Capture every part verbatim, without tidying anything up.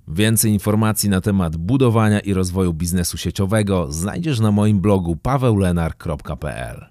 Więcej informacji na temat budowania i rozwoju biznesu sieciowego znajdziesz na moim blogu paweł lenar kropka p l.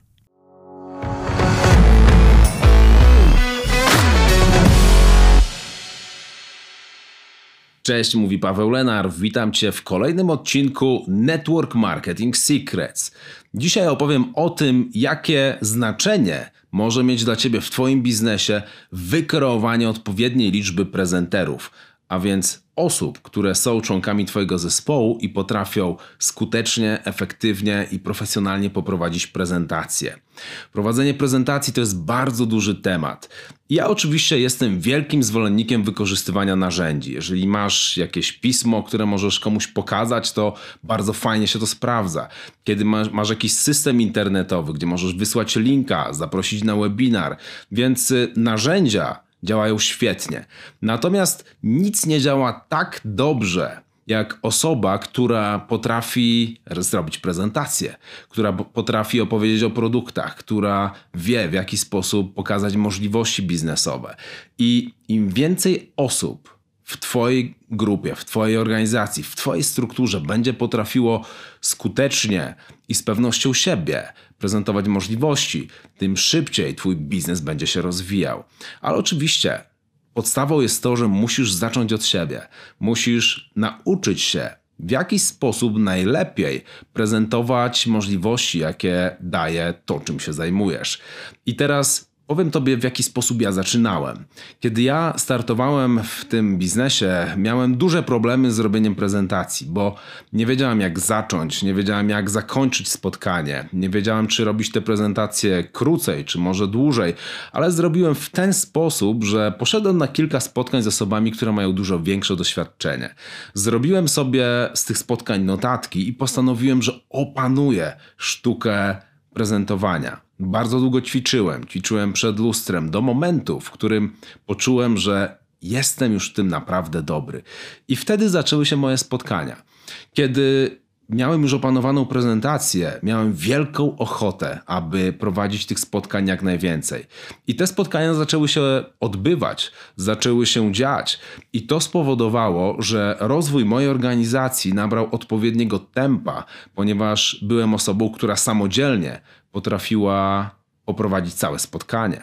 Cześć, mówi Paweł Lenar. Witam Cię w kolejnym odcinku Network Marketing Secrets. Dzisiaj opowiem o tym, jakie znaczenie może mieć dla Ciebie w Twoim biznesie wykreowanie odpowiedniej liczby prezenterów, a więc osób, które są członkami Twojego zespołu i potrafią skutecznie, efektywnie i profesjonalnie poprowadzić prezentację. Prowadzenie prezentacji to jest bardzo duży temat. Ja oczywiście jestem wielkim zwolennikiem wykorzystywania narzędzi. Jeżeli masz jakieś pismo, które możesz komuś pokazać, to bardzo fajnie się to sprawdza. Kiedy masz, masz jakiś system internetowy, gdzie możesz wysłać linka, zaprosić na webinar, więc narzędzia działają świetnie. Natomiast nic nie działa tak dobrze, jak osoba, która potrafi zrobić prezentację, która potrafi opowiedzieć o produktach, która wie, w jaki sposób pokazać możliwości biznesowe. I im więcej osób w Twojej grupie, w Twojej organizacji, w Twojej strukturze będzie potrafiło skutecznie i z pewnością siebie prezentować możliwości, tym szybciej Twój biznes będzie się rozwijał. Ale oczywiście podstawą jest to, że musisz zacząć od siebie. Musisz nauczyć się, w jaki sposób najlepiej prezentować możliwości, jakie daje to, czym się zajmujesz. I teraz powiem Tobie, w jaki sposób ja zaczynałem. Kiedy ja startowałem w tym biznesie, miałem duże problemy z robieniem prezentacji, bo nie wiedziałem, jak zacząć, nie wiedziałem, jak zakończyć spotkanie, nie wiedziałem, czy robić te prezentacje krócej, czy może dłużej, ale zrobiłem w ten sposób, że poszedłem na kilka spotkań z osobami, które mają dużo większe doświadczenie. Zrobiłem sobie z tych spotkań notatki i postanowiłem, że opanuję sztukę prezentowania. Bardzo długo ćwiczyłem, ćwiczyłem przed lustrem do momentu, w którym poczułem, że jestem już w tym naprawdę dobry. I wtedy zaczęły się moje spotkania. Kiedy miałem już opanowaną prezentację, miałem wielką ochotę, aby prowadzić tych spotkań jak najwięcej. I te spotkania zaczęły się odbywać, zaczęły się dziać. I to spowodowało, że rozwój mojej organizacji nabrał odpowiedniego tempa, ponieważ byłem osobą, która samodzielnie potrafiła poprowadzić całe spotkanie.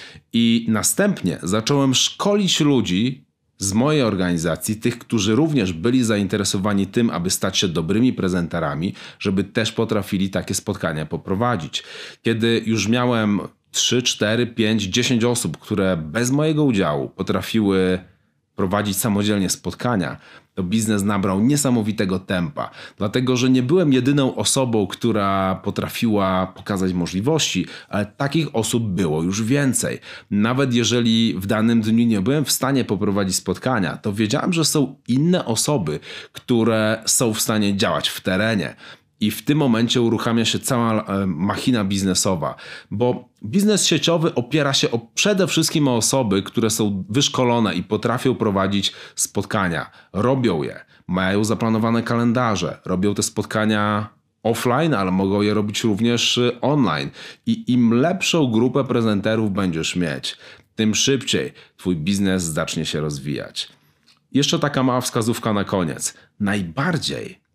I następnie zacząłem szkolić ludzi z mojej organizacji, tych, którzy również byli zainteresowani tym, aby stać się dobrymi prezenterami, żeby też potrafili takie spotkania poprowadzić. Kiedy już miałem trzy, cztery, pięć, dziesięć osób, które bez mojego udziału potrafiły prowadzić samodzielnie spotkania, to biznes nabrał niesamowitego tempa. Dlatego, że nie byłem jedyną osobą, która potrafiła pokazać możliwości, ale takich osób było już więcej. Nawet jeżeli w danym dniu nie byłem w stanie poprowadzić spotkania, to wiedziałem, że są inne osoby, które są w stanie działać w terenie. I w tym momencie uruchamia się cała machina biznesowa, bo biznes sieciowy opiera się o, przede wszystkim o osoby, które są wyszkolone i potrafią prowadzić spotkania. Robią je, mają zaplanowane kalendarze, robią te spotkania offline, ale mogą je robić również online. I im lepszą grupę prezenterów będziesz mieć, tym szybciej Twój biznes zacznie się rozwijać. Jeszcze taka mała wskazówka na koniec. Najbardziej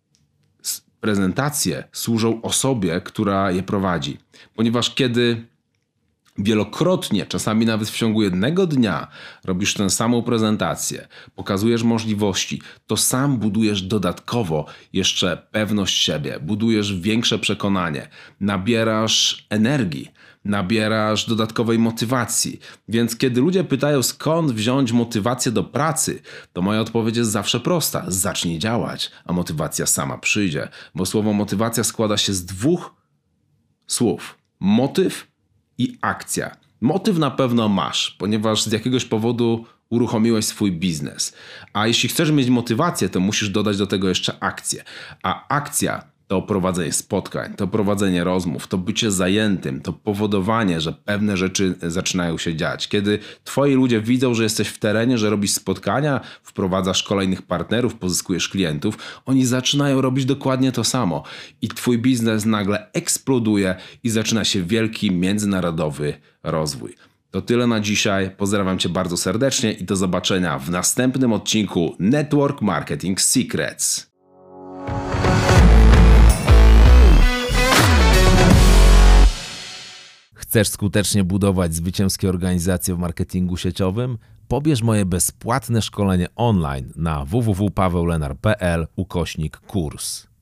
prezentacje służą osobie, która je prowadzi. Ponieważ kiedy wielokrotnie, czasami nawet w ciągu jednego dnia robisz tę samą prezentację, pokazujesz możliwości, to sam budujesz dodatkowo jeszcze pewność siebie, budujesz większe przekonanie, nabierasz energii, nabierasz dodatkowej motywacji. Więc kiedy ludzie pytają, skąd wziąć motywację do pracy, to moja odpowiedź jest zawsze prosta. Zacznij działać, a motywacja sama przyjdzie. Bo słowo motywacja składa się z dwóch słów. Motyw i akcja. Motyw na pewno masz, ponieważ z jakiegoś powodu uruchomiłeś swój biznes. A jeśli chcesz mieć motywację, to musisz dodać do tego jeszcze akcję. A akcja to prowadzenie spotkań, to prowadzenie rozmów, to bycie zajętym, to powodowanie, że pewne rzeczy zaczynają się dziać. Kiedy twoi ludzie widzą, że jesteś w terenie, że robisz spotkania, wprowadzasz kolejnych partnerów, pozyskujesz klientów, oni zaczynają robić dokładnie to samo. I twój biznes nagle eksploduje i zaczyna się wielki międzynarodowy rozwój. To tyle na dzisiaj. Pozdrawiam Cię bardzo serdecznie i do zobaczenia w następnym odcinku Network Marketing Secrets. Chcesz skutecznie budować zwycięskie organizacje w marketingu sieciowym? Pobierz moje bezpłatne szkolenie online na w w w kropka paweł lenar kropka p l ukośnik kurs.